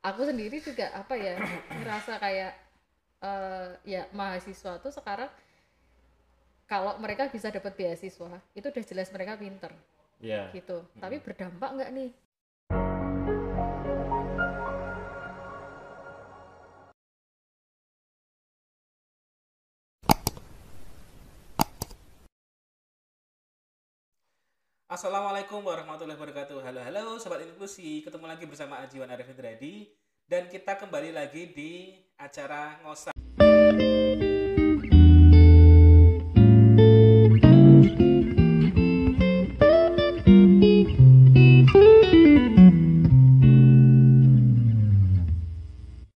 aku sendiri juga apa ya ngerasa kayak ya mahasiswa tuh sekarang kalau mereka bisa dapat beasiswa itu udah jelas mereka pinter Iya. gitu. Tapi Mm-mm. berdampak nggak nih? Assalamualaikum warahmatullahi wabarakatuh. Halo halo sobat inklusi, ketemu lagi bersama Ajiwan Arif Hidradi dan kita kembali lagi di acara ngosak.